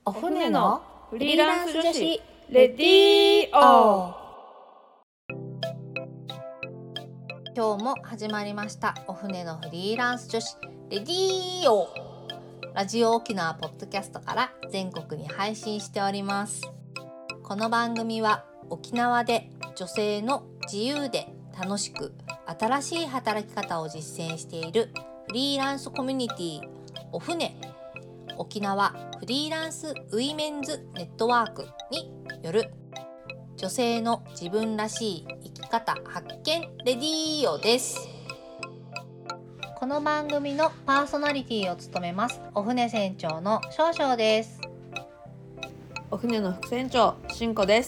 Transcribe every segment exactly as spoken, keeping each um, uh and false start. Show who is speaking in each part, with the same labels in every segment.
Speaker 1: お船の
Speaker 2: フリーランス女子レディオ。
Speaker 1: 今日も始まりましたお船のフリーランス女子レディオ。ラジオ沖縄ポッドキャストから全国に配信しております。この番組は沖縄で女性の自由で楽しく新しい働き方を実践しているフリーランスコミュニティお船沖縄フリーランスウィメンズネットワークによる女性の自分らしい生き方発見レディオです。この番組のパーソナリティを務めますお船船長の少々です。
Speaker 2: お船の副船長しんこです。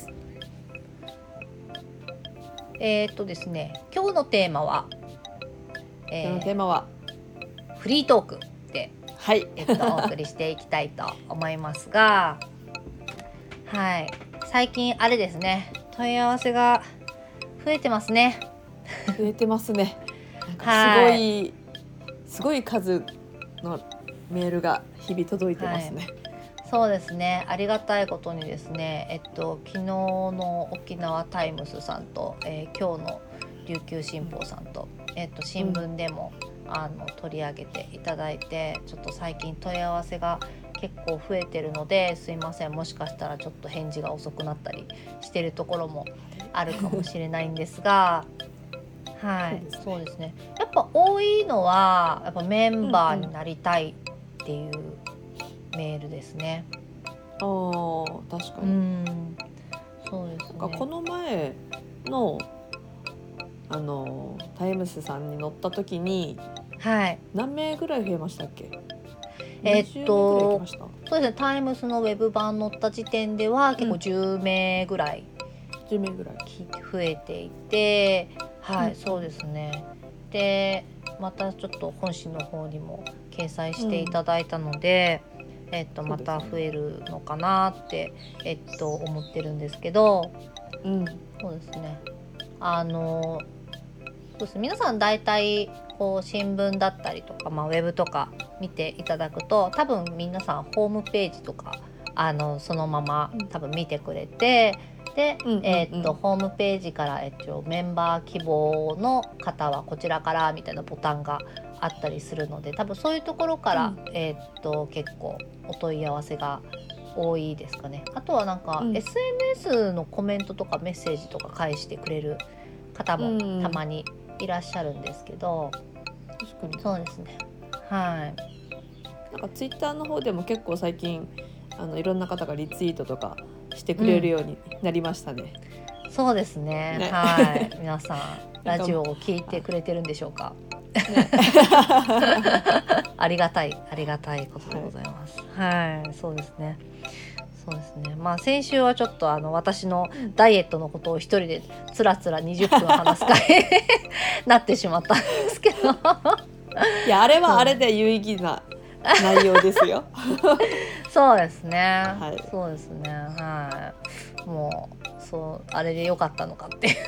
Speaker 1: えー、っとですね今日のテーマは、
Speaker 2: えー、今日のテーマは
Speaker 1: フリートークで
Speaker 2: はい、
Speaker 1: えっと、お送りしていきたいと思いますがはい最近あれですね問い合わせが増えてますね
Speaker 2: 増えてますね。なんかすごい、はい、すごい数のメールが日々届いてますね、はい、
Speaker 1: そうですねありがたいことにですねえっと昨日の沖縄タイムスさんと、えー、今日の琉球新報さんと、えっと、新聞でも、うん、あの取り上げていただいてちょっと最近問い合わせが結構増えてるのですいませんもしかしたらちょっと返事が遅くなったりしてるところもあるかもしれないんですがはいそうですね、そうですねやっぱ多いのはやっぱメンバーになりたいっていうメールですね、
Speaker 2: うんうん、あ確かに
Speaker 1: うんそうですね。
Speaker 2: なんかこの前のあのタイムスさんに載った時に、はい、何名ぐらい増えましたっけ？
Speaker 1: えー、っとそうですねタイムスのウェブ版載った時点では結構じゅうめいぐらい、
Speaker 2: うん、じゅうめいぐらい
Speaker 1: 増えていてはい、うん、そうですねでまたちょっと本誌の方にも掲載していただいたので、うんえー、っとまた増えるのかなって、えー、っと思ってるんですけど、うん、そうですねあのそうですね、皆さん大体こう新聞だったりとか、まあ、ウェブとか見ていただくと多分皆さんホームページとかあのそのまま多分見てくれてで、うんうんうん、えー、っとホームページから、えっと、メンバー希望の方はこちらからみたいなボタンがあったりするので多分そういうところから、うんえー、っと結構お問い合わせが多いですかね。あとはなんか、うん、エスエヌエス のコメントとかメッセージとか返してくれる方もたまにいらっしゃるんですけど、
Speaker 2: うん、確かに
Speaker 1: そうですねはい
Speaker 2: なんかツイッターの方でも結構最近あのいろんな方がリツイートとかしてくれるようになりましたね、
Speaker 1: うん、そうです ね, ねはい皆さんラジオを聞いてくれてるんでしょうか、ね、ありがたいありがたいことでございます、はい、はい、そうですねそうですねまあ先週はちょっとあの私のダイエットのことを一人でつらつらにじゅっぷん話す会なってしまったんですけど
Speaker 2: いやあれはあれで有意義な内容ですよ
Speaker 1: そうですね、
Speaker 2: はい、
Speaker 1: そうですねはいもうそうあれで良かったのかっていう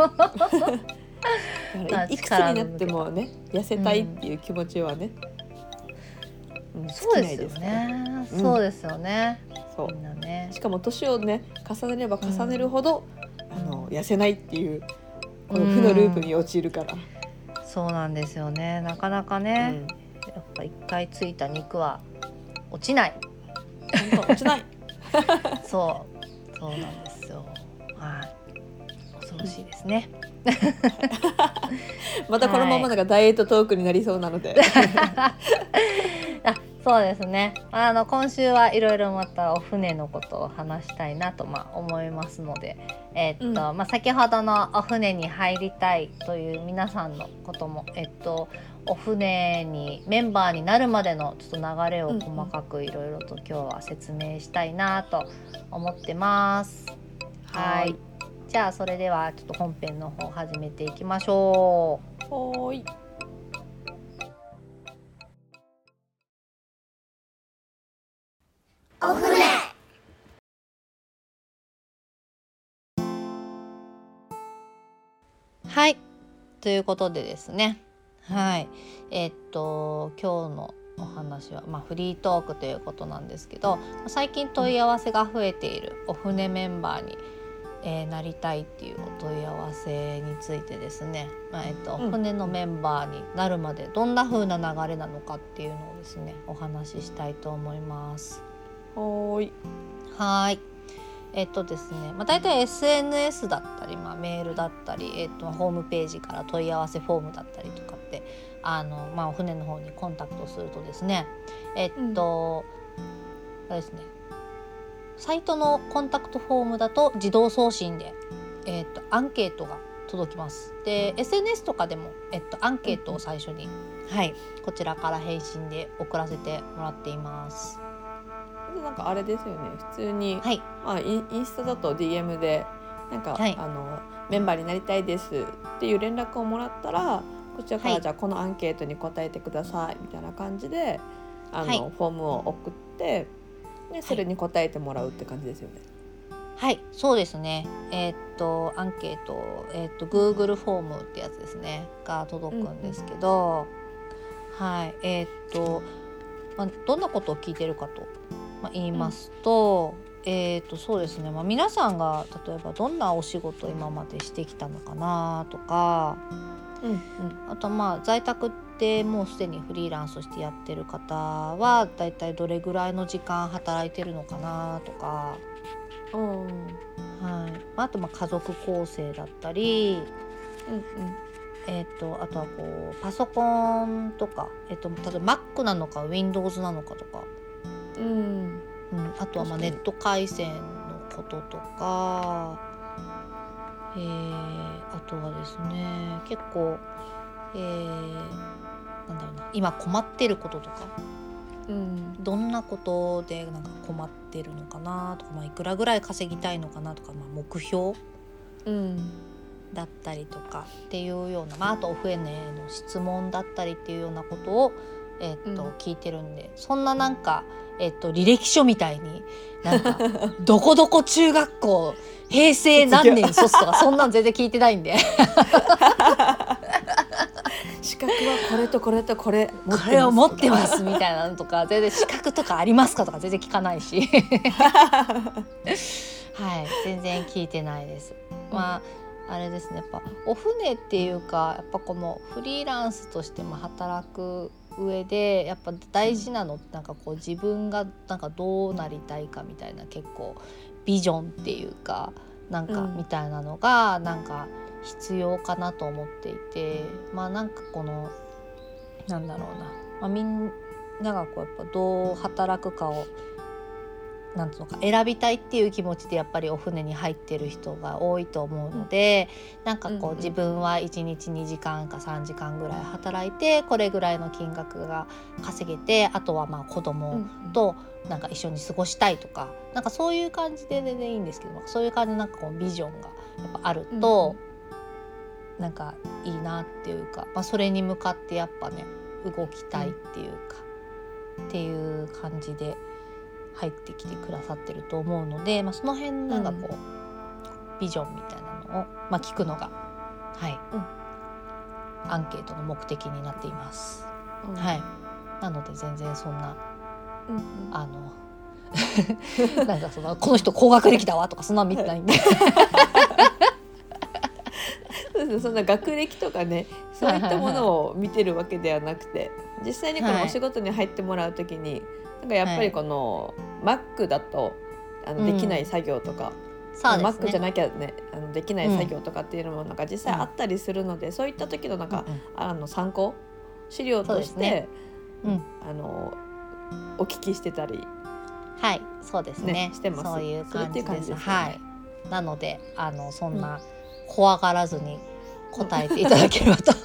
Speaker 2: いくつになってもね痩せたいっていう気持ちはね、
Speaker 1: うんうん、そうですよね、うん、そうですよね
Speaker 2: そうみんなねしかも年をね重ねれば重ねるほど、うん、あの痩せないっていうこの負のループに陥るから、
Speaker 1: うん、そうなんですよねなかなかね、うん、やっぱ一回ついた肉は落ちない
Speaker 2: 本当落ちない
Speaker 1: そうそうなんですよはい恐ろしいですね
Speaker 2: またこのままなんかダイエットトークになりそうなので
Speaker 1: あそうですねあの今週はいろいろまたお船のことを話したいなと、まあ、思いますので、えーっとうんまあ、先ほどのお船に入りたいという皆さんのことも、えーっとお船にメンバーになるまでのちょっと流れを細かくいろいろと今日は説明したいなと思ってます。はい、はいじゃあそれではちょっと本編の方始めていきましょ
Speaker 2: う。はい。
Speaker 1: お船。はいということでですねはいえー、っと今日のお話は、まあ、フリートークということなんですけど、最近問い合わせが増えているお船メンバーに、えー、なりたいっていうお問い合わせについてですね、まあえっと、
Speaker 2: うん、
Speaker 1: 船のメンバーになるまでどんな風な流れなのかっていうのをですねお話ししたいと思います。
Speaker 2: はーい。
Speaker 1: はい。えっとですね、まあ、大体 エスエヌエス だったり、まあ、メールだったり、えっと、ホームページから問い合わせフォームだったりとかってあの、まあ、お船の方にコンタクトするとですねえっと、うん、あれですねサイトのコンタクトフォームだと自動送信で、えっと、アンケートが届きます。で エスエヌエス とかでも、えっと、アンケートを最初に、うん、はい、こちらから返信で送らせてもらっています。
Speaker 2: なんかあれですよね、普通に、
Speaker 1: はい、
Speaker 2: まあ、インスタだと ディーエム でなんか、はい、あのメンバーになりたいですっていう連絡をもらったら、こちらから、はい、じゃあこのアンケートに答えてくださいみたいな感じであの、はい、フォームを送ってでそれに答えてもらうって感じですよね。
Speaker 1: はい、そうですね。えー、っとアンケート、えー、っと Google フォームってやつですねが届くんですけど、うん、はい、えー、っと、まあ、どんなことを聞いてるかと、まあ、言いますと、うん、えー、っとそうですね、まあ、皆さんが例えばどんなお仕事を今までしてきたのかなとか、うんうん、あとまあ在宅ってもうすでにフリーランスとしてやってる方はだいたいどれぐらいの時間働いてるのかなとか、うん、はい、あとまあ家族構成だったり、うんうん、えー、とあとはこうパソコンとか、えー、と例えば Mac なのか Windows なのかとか、うんうん、あとはまあネット回線のこととか、えー、あとはですね結構、えー、なんだろうな今困ってることとか、うん、どんなことでなんか困ってるのかなとか、まあ、いくらぐらい稼ぎたいのかなとか、まあ、目標、うん、だったりとかっていうような、まあ、あとお船の質問だったりっていうようなことを、えーっとうん、聞いてるんで、そんななんか、えーっと履歴書みたいになんかどこどこ中学校平成何年卒とかそんなん全然聞いてないんで
Speaker 2: 資格はこれとこれとこれ
Speaker 1: これを持ってますみたいなのとか全然資格とかありますかとか全然聞かないしはい全然聞いてないです。まああれですね、やっぱお船っていうかやっぱこのフリーランスとしても働く上でやっぱ大事なのってなんかこう自分がなんかどうなりたいかみたいな結構ビジョンっていうかなんかみたいなのがなんか必要かなと思っていて、まあなんかこのなんだろうな、まあ、みんながこうやっぱどう働くかをなんていうのか選びたいっていう気持ちでやっぱりお船に入ってる人が多いと思うので、うん、なんかこう自分はいちにちにじかんかさんじかんぐらい働いてこれぐらいの金額が稼げてあとはまあ子供となんか一緒に過ごしたいとか、なんかそういう感じで全然いいんですけど、そういう感じのなんかこうビジョンがやっぱあると、うん、なんかいいなっていうか、まあ、それに向かってやっぱね動きたいっていうか、うん、っていう感じで入ってきてくださってると思うので、まあ、その辺なんかこう、うん、ビジョンみたいなのを、まあ、聞くのが、はいうん、アンケートの目的になっています、うんはい、なので全然そんな、うんうん、あのなんかそのこの人高学歴だわとかそんなの見てないんで
Speaker 2: そんな学歴とかねそういったものを見てるわけではなくて、実際にこのお仕事に入ってもらうときに、はいなんかやっぱりこの、はい、Mac だとあのできない作業とか、うんね、Mac じゃなきゃ、ね、あのできない作業とかっていうのもなんか実際あったりするので、うん、そういった時のなんか、うんうん、あの参考資料として、ねうん、あのお聞きしてたり
Speaker 1: はいそうですね、
Speaker 2: ねしてます。
Speaker 1: そういう感じです。
Speaker 2: 感じですね、
Speaker 1: はい、なのであのそんな怖がらずに答えていただければと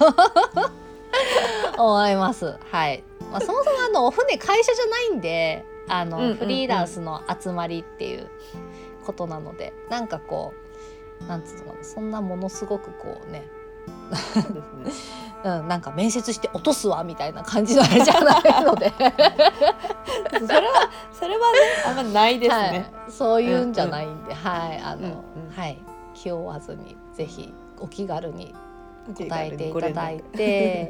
Speaker 1: 思います。はいまあ、そもそもあのお船会社じゃないんであの、うんうんうん、フリーランスの集まりっていうことなのでなんかこうなんつうのかなそんなものすごくこうね
Speaker 2: そうですね
Speaker 1: うん、なんか面接して落とすわみたいな感じのあれじゃないのでそれ
Speaker 2: はそれはねあんまないですね、
Speaker 1: はい、そういうんじゃないんで、うんうん、はいあの、うんうん、はい気負わずにぜひお気軽に答えていただいて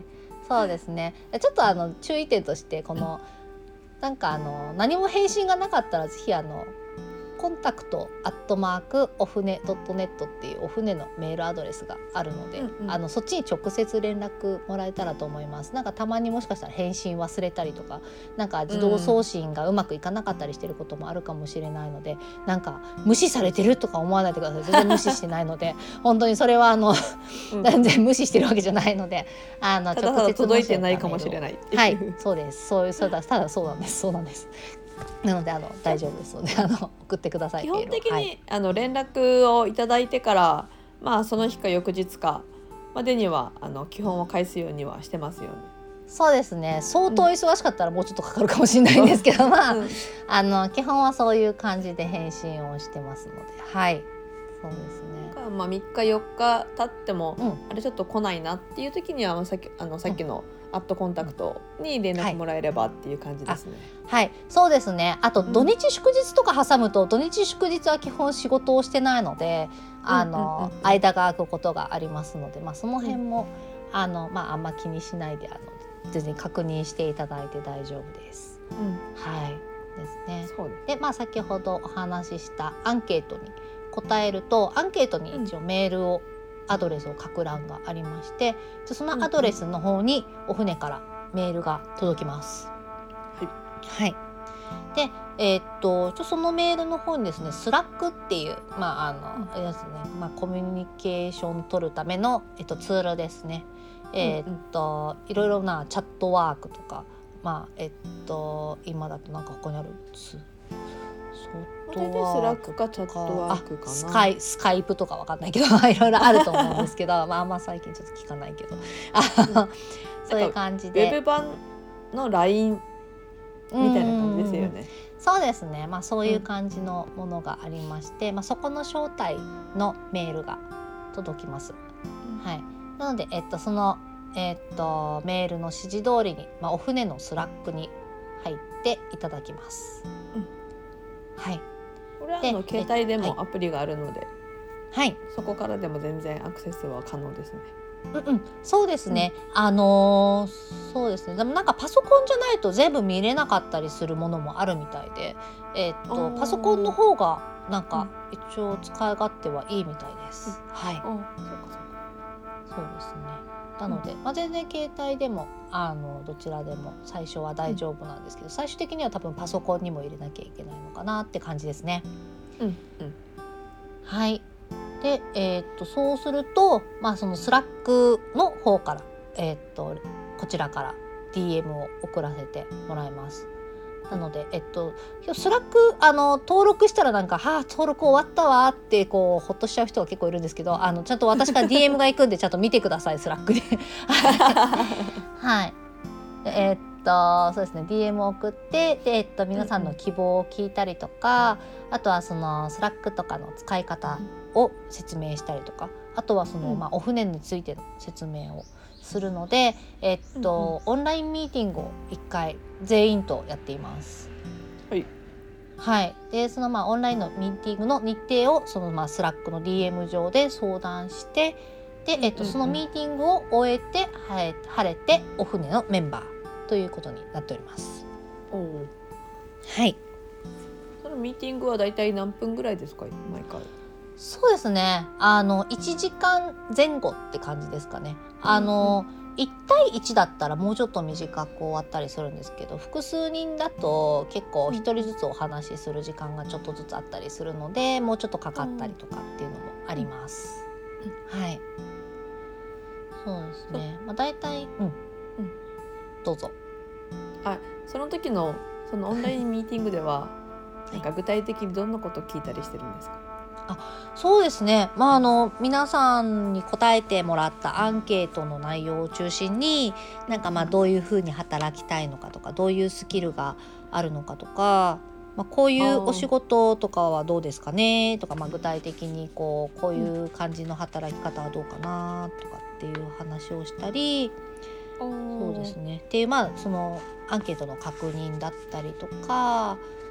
Speaker 1: そうですね。ちょっとあの注意点としてこのなんかあの何も返信がなかったらぜひあのコンタクトアットマークお船ドットネットっていうお船のメールアドレスがあるので、
Speaker 2: うんうん、
Speaker 1: あのそっちに直接連絡もらえたらと思います。なんかたまにもしかしたら返信忘れたりとか、なんか自動送信がうまくいかなかったりしてることもあるかもしれないので、なんか無視されてるとか思わないでください。全然無視してないので本当にそれはあの、うん、全然無視してるわけじゃないので、あの
Speaker 2: ただただ届いてないかもしれない。
Speaker 1: はいそうです。そういうそうだただそうなんですそうなんです。なのであの大丈夫ですのであの送ってください。
Speaker 2: 基本的に、はい、
Speaker 1: あ
Speaker 2: の連絡をいただいてから、まあ、その日か翌日かまでにはあの基本を返すようにはしてますよね。
Speaker 1: そうですね。相当忙しかったらもうちょっとかかるかもしれないんですけど、うん、まあ、うん、あの基本はそういう感じで返信をしてますので、はいそうですね。
Speaker 2: まあ、みっかよっか経っても、
Speaker 1: うん、
Speaker 2: あれちょっと来ないなっていう時にはさっきあのさっきの、うんアットコンタクトに連絡もらえればっていう感じですね。
Speaker 1: はい、はい、そうですね。あと土日祝日とか挟むと、うん、土日祝日は基本仕事をしてないので、あの、うんうんうん、間が空くことがありますので、まあ、その辺も、うん、あのまあ、あんま気にしないであの全然確認していただいて大丈夫です。うん、はいですね。そうです。で、まあ、先ほどお話ししたアンケートに答えると、アンケートに一応メールを、うんアドレスを書く欄がありまして、そのアドレスの方にお船からメールが届きます。はい、はい、で、えー、っとそのメールの方にですね、スラックっていう、まああのあれですね、まあ、コミュニケーション取るための、えっと、ツールですね。えー、っといろいろなチャットワークとか、まあえっと今だとなんか他にあるツール
Speaker 2: スラックかチャットワークかな、
Speaker 1: スカイ、スカイプとかわかんないけどいろいろあると思うんですけどまああんま最近ちょっと聞かないけどそういう感じで
Speaker 2: ウェブ版の ライン みたいな感じですよね。
Speaker 1: そうですね、まあ、そういう感じのものがありまして、うんまあ、そこの招待のメールが届きます、うんはい、なので、えっと、その、えっと、メールの指示通りに、まあ、お船のスラックに入っていただきます、うんはい、
Speaker 2: これはあの携帯でもアプリがあるので、はい、そこからでも全然アクセスは可能ですね。
Speaker 1: うんうん、そうですね、うん、あのー、そうですね。でもなんかパソコンじゃないと全部見れなかったりするものもあるみたいで、えー、っとパソコンの方がなんか一応使い勝手はいいみたいです、うん、はい、そうかそうかそうですね。なので、うんまあ、全然携帯でもあのどちらでも最初は大丈夫なんですけど、うん、最終的には多分パソコンにも入れなきゃいけないのかなって感じですね。うんうん、はいで、えー、っとそうすると、まあ、そのスラックの方から、えー、っとこちらから ディーエム を送らせてもらいます。なので、えっと、スラックあの登録したらなんか、はあ、登録終わったわってこうほっとしちゃう人は結構いるんですけど、あのちゃんと私から ディーエム が行くんでちゃんと見てくださいスラックで。はいでえー、っとそうですね ディーエム を送ってで、えっと、皆さんの希望を聞いたりとか、うん、あとはそのスラックとかの使い方を説明したりとか、あとはその、うんまあ、お船についての説明をするので、えっとうんうん、オンラインミーティングをいっかい全員とやっています。はい、はい、でそのまあオンラインのミーティングの日程をそのまあスラックの ディーエム 上で相談してで、えっと、そのミーティングを終えて晴れ、晴れてお船のメンバーということになっております。おはい。
Speaker 2: そのミーティングはだいたい何分ぐらいですか毎回。
Speaker 1: そうですね。あのいちじかんぜん後って感じですかね。あの、うんうん、いち対いちだったらもうちょっと短く終わったりするんですけど、複数人だと結構ひとりずつお話しする時間がちょっとずつあったりするので、もうちょっとかかったりとかっていうのもあります。うん、はい。そうですね。まあだいたい、うん、うん、どうぞ。
Speaker 2: あ、その時のそのオンラインミーティングでは、なんか具体的にどんなことを聞いたりしてるんですか？
Speaker 1: あ、そうですね、まあ、あの皆さんに答えてもらったアンケートの内容を中心になんかまあどういうふうに働きたいのかとかどういうスキルがあるのかとか、まあ、こういうお仕事とかはどうですかねとか、まあ、具体的にこう、こういう感じの働き方はどうかなとかっていう話をしたり、そうですねっていうまあそのアンケートの確認だったりとか、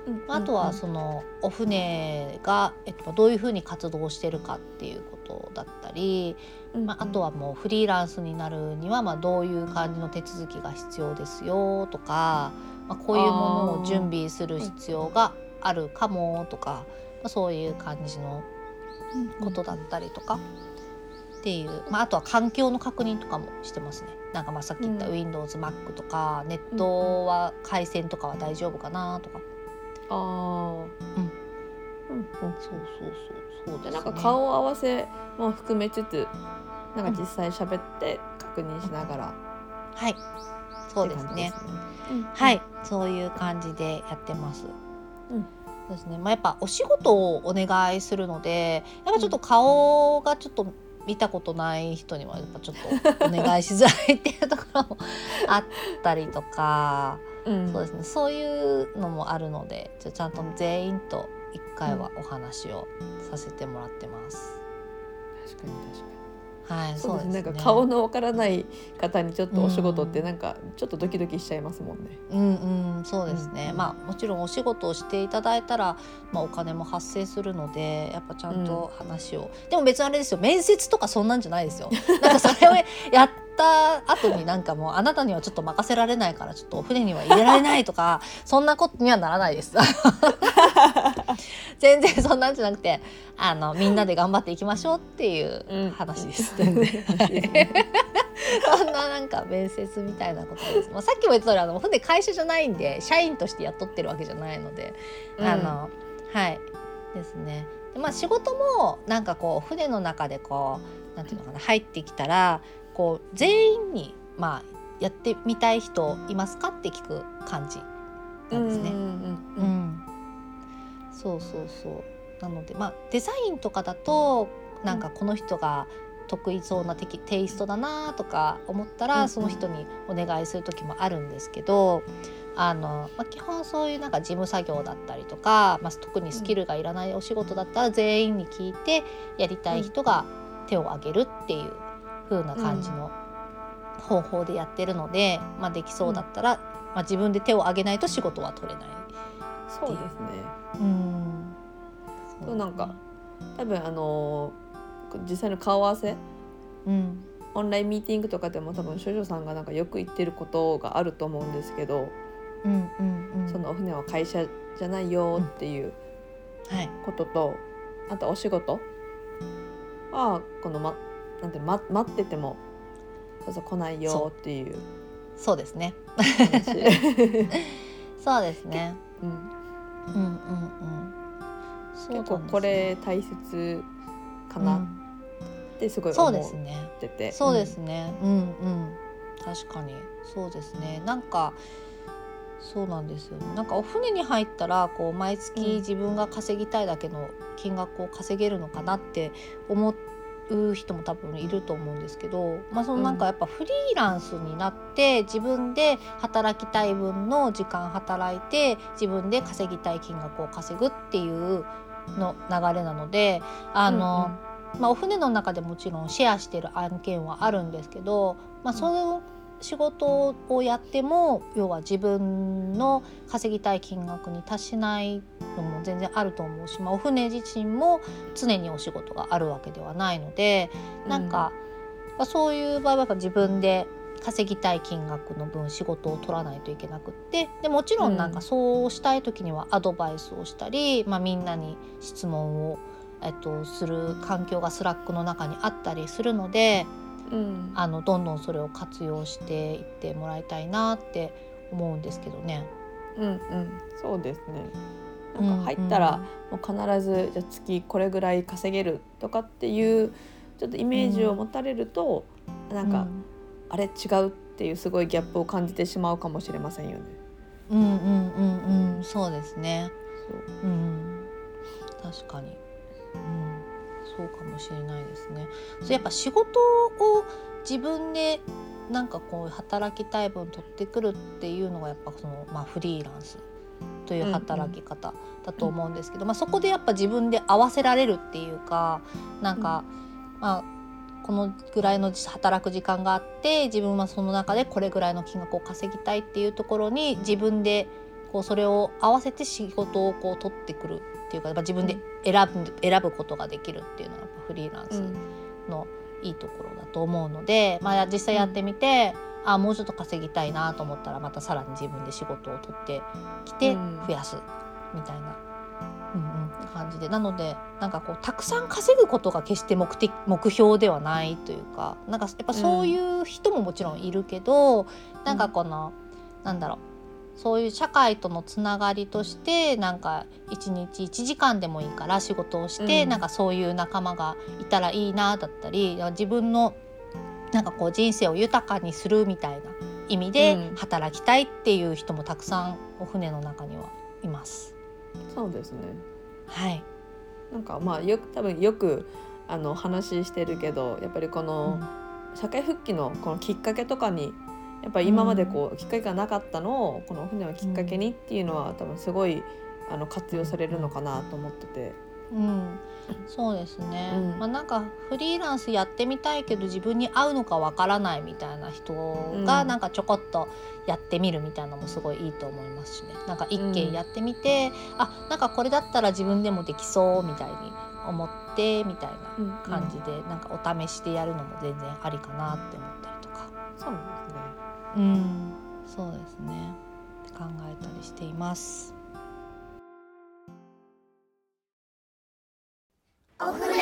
Speaker 2: うん
Speaker 1: あとはそのお船が、えっと、どういうふうに活動してるかっていうことだったり、
Speaker 2: うん
Speaker 1: まあ、あとはもうフリーランスになるにはまあどういう感じの手続きが必要ですよとか、まあ、こういうものを準備する必要があるかもとか、まあ、そういう感じのことだったりとかっていう、まあ、あとは環境の確認とかもしてますね。なんかまあさっき言った
Speaker 2: うん
Speaker 1: Windows、Mac とかネットは回線とかは大丈夫かなとか。
Speaker 2: ああ、
Speaker 1: うん
Speaker 2: うんうん、
Speaker 1: そうそうそうそうですね。
Speaker 2: でなんか顔合わせも含めつつなんか実際喋って確認しながら、
Speaker 1: はいそうですね。
Speaker 2: って感じですね。うん
Speaker 1: はい、そういう感じでやってます。
Speaker 2: うん
Speaker 1: そうですね。まあ、やっぱお仕事をお願いするので、やっぱちょっと顔がちょっと見たことない人にはやっぱちょっとお願いしづらいっていうところもあったりとか、
Speaker 2: うん
Speaker 1: そうですね。そういうのもあるので、じゃあちゃんと全員と一回はお話をさせてもらってます。
Speaker 2: 確かに確かに。
Speaker 1: はい、
Speaker 2: そうですね。なんか
Speaker 1: ね
Speaker 2: 顔のわからない方にちょっとお仕事ってなんかちょっとドキドキしちゃいますもんね。
Speaker 1: うんうん、そうですね、
Speaker 2: うん
Speaker 1: まあもちろんお仕事をしていただいたら、まあ、お金も発生するのでやっぱちゃんと話を、でも別にあれですよ、面接とかそんなんじゃないですよ。なんかそれをやった後になんかもうあなたにはちょっと任せられないからちょっとお船には入れられないとかそんなことにはならないです全然そんなんじゃなくて、あのみんなで頑張っていきましょうっていう話です、全然そんななんか面接みたいなことです。まあ、さっきも言った通りあの船会社じゃないんで社員として雇ってるわけじゃないので、
Speaker 2: うん、
Speaker 1: あのはいですね。で、まあ、仕事もなんかこう船の中でこうなんていうのかな、入ってきたらこう全員にまあやってみたい人いますかって聞く感じなんですね。
Speaker 2: うんうんうん
Speaker 1: うんそうそうそうなので、まあ、デザインとかだとなんかこの人が得意そうなテキテイストだなとか思った
Speaker 2: うんうん
Speaker 1: らその人にお願いする時もあるんですけど、あの、まあ、基本そういうなんか事務作業だったりとか、まあ、特にスキルがいらないお仕事だったら全員に聞いてやりたい人が手を挙げるっていう風な感じの方法でやってるので、まあ、できそうだったら、まあ、自分で手を挙げないと仕事は取れない。
Speaker 2: そうですね。
Speaker 1: うん
Speaker 2: そうなんか多分あのー実際の顔合わせ、
Speaker 1: うん
Speaker 2: オンラインミーティングとかでも多分少女さんがなんかよく言ってることがあると思うんですけど、
Speaker 1: うんうんうん、
Speaker 2: そのお船は会社じゃないよっていう
Speaker 1: はい
Speaker 2: ことと、あとお仕事はこの、ま、なんていうの、ま、待っててもそうそう来ないよっていう
Speaker 1: そうですね
Speaker 2: 話
Speaker 1: そうですね
Speaker 2: うん
Speaker 1: うんうんうんそうなんです
Speaker 2: 結構これ大切かなってすごい思
Speaker 1: そうで
Speaker 2: っ
Speaker 1: すね
Speaker 2: てて、
Speaker 1: そうですね、うん、うんうん確かにそうですね。なんかそうなんですよね。なんかお船に入ったらこう毎月自分が稼ぎたいだけの金額を稼げるのかなって思う人も多分いると思うんですけど、まあ、そのなんかやっぱフリーランスになって自分で働きたい分の時間働いて自分で稼ぎたい金額を稼ぐっていうの流れなので、あの、うんうんまあ、お船の中でもちろんシェアしてる案件はあるんですけど、まあ、その仕事をやっても要は自分の稼ぎたい金額に達しないのも全然あると思うし、まあ、お船自身も常にお仕事があるわけではないので、なんか、まあ、そういう場合はやっぱ自分で稼ぎたい金額の分仕事を取らないといけなくって、でもちろんなんかそうしたい時にはアドバイスをしたり、まあ、みんなに質問を、えっと、する環境がスラックの中にあったりするので、
Speaker 2: うん、
Speaker 1: あのどんどんそれを活用していってもらいたいなって思うんですけどね。
Speaker 2: うんうん、そうですね。なんか入ったらもう必ずじゃあ月これぐらい稼げるとかっていうちょっとイメージを持たれると、うん、なんか、うん、あれ違うっていうすごいギャップを感じてしまうかもしれませんよね。
Speaker 1: うんうんうんうん、そうですね。そう、うん、確かに、うん、そうかもしれないですね。そうやっぱ仕事を自分でなんかこう働きたい分取ってくるっていうのがやっぱその、まあ、フリーランスという働き方だと思うんですけど、うんうんまあ、そこでやっぱ自分で合わせられるっていうか、なんか、うんまあ、このぐらいの働く時間があって自分はその中でこれぐらいの金額を稼ぎたいっていうところに自分でこうそれを合わせて仕事をこう取ってくるっていうか、まあ、自分で選ぶ、選ぶことができるっていうのがやっぱフリーランスのいいところだと思うので、まあ、実際やってみて、うん、あもうちょっと稼ぎたいなと思ったらまたさらに自分で仕事を取ってきて増やすみたいな、うんうん、感じで、なのでなんかこうたくさん稼ぐことが決して目的目標ではないというか、なんかやっぱそういう人ももちろんいるけど、うん、なんかこのなんだろう、そういう社会とのつながりとしてなんかいちにちいちじかんでもいいから仕事をして、うん、なんかそういう仲間がいたらいいなだったり、自分のなんかこう人生を豊かにするみたいな意味で働きたいっていう人もたくさんお船の中にはいます。
Speaker 2: そうですね。
Speaker 1: はい。
Speaker 2: なんかまあよく多分よくあの話してるけど、やっぱりこの社会復帰のこのきっかけとかにやっぱり今までこうきっかけがなかったのをこの船をきっかけにっていうのは多分すごいあの活用されるのかなと思ってて、
Speaker 1: うん、そうですね、うんまあ、なんかフリーランスやってみたいけど自分に合うのかわからないみたいな人がなんかちょこっとやってみるみたいなのもすごいいいと思いますしね。なんか一件やってみて、うん、あなんかこれだったら自分でもできそうみたいに思ってみたいな感じで、うん、なんかお試しでやるのも全然ありかなって思ったりとか。
Speaker 2: そうですね。
Speaker 1: うん、そうですね。考えたりしています。お船。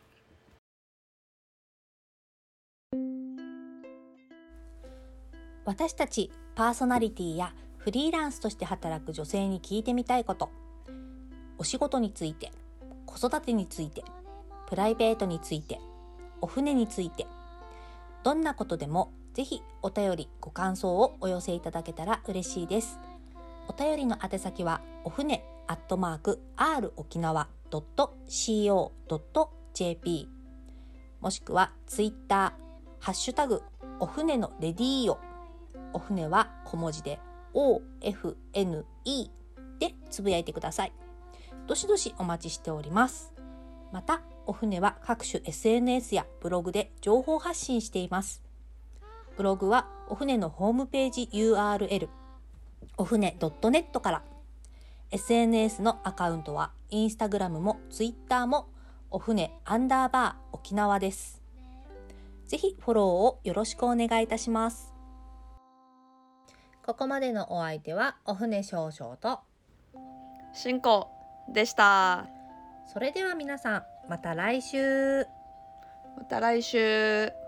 Speaker 1: 私たちパーソナリティやフリーランスとして働く女性に聞いてみたいこと、お仕事について、子育てについて、プライベートについて、お船について、どんなことでもぜひお便りご感想をお寄せいただけたら嬉しいです。お便りの宛先はお船アットマーク アール 沖縄 ドット シーオー ドット ジェーピー もしくはツイッターハッシュタグお船のレディーオ、お船は小文字で オーエフエヌイー でつぶやいてください。どしどしお待ちしております。またお船は各種 エスエヌエス やブログで情報発信しています。ブログはお船のホームページ ユーアールエル お船 ドットネット から、 エスエヌエス のアカウントはインスタグラムもツイッターもお船アンダーバー沖縄です。ぜひフォローをよろしくお願いいたします。ここまでのお相手はお船少々と
Speaker 2: しんこでした。
Speaker 1: それでは皆さんまた来週。
Speaker 2: また来週。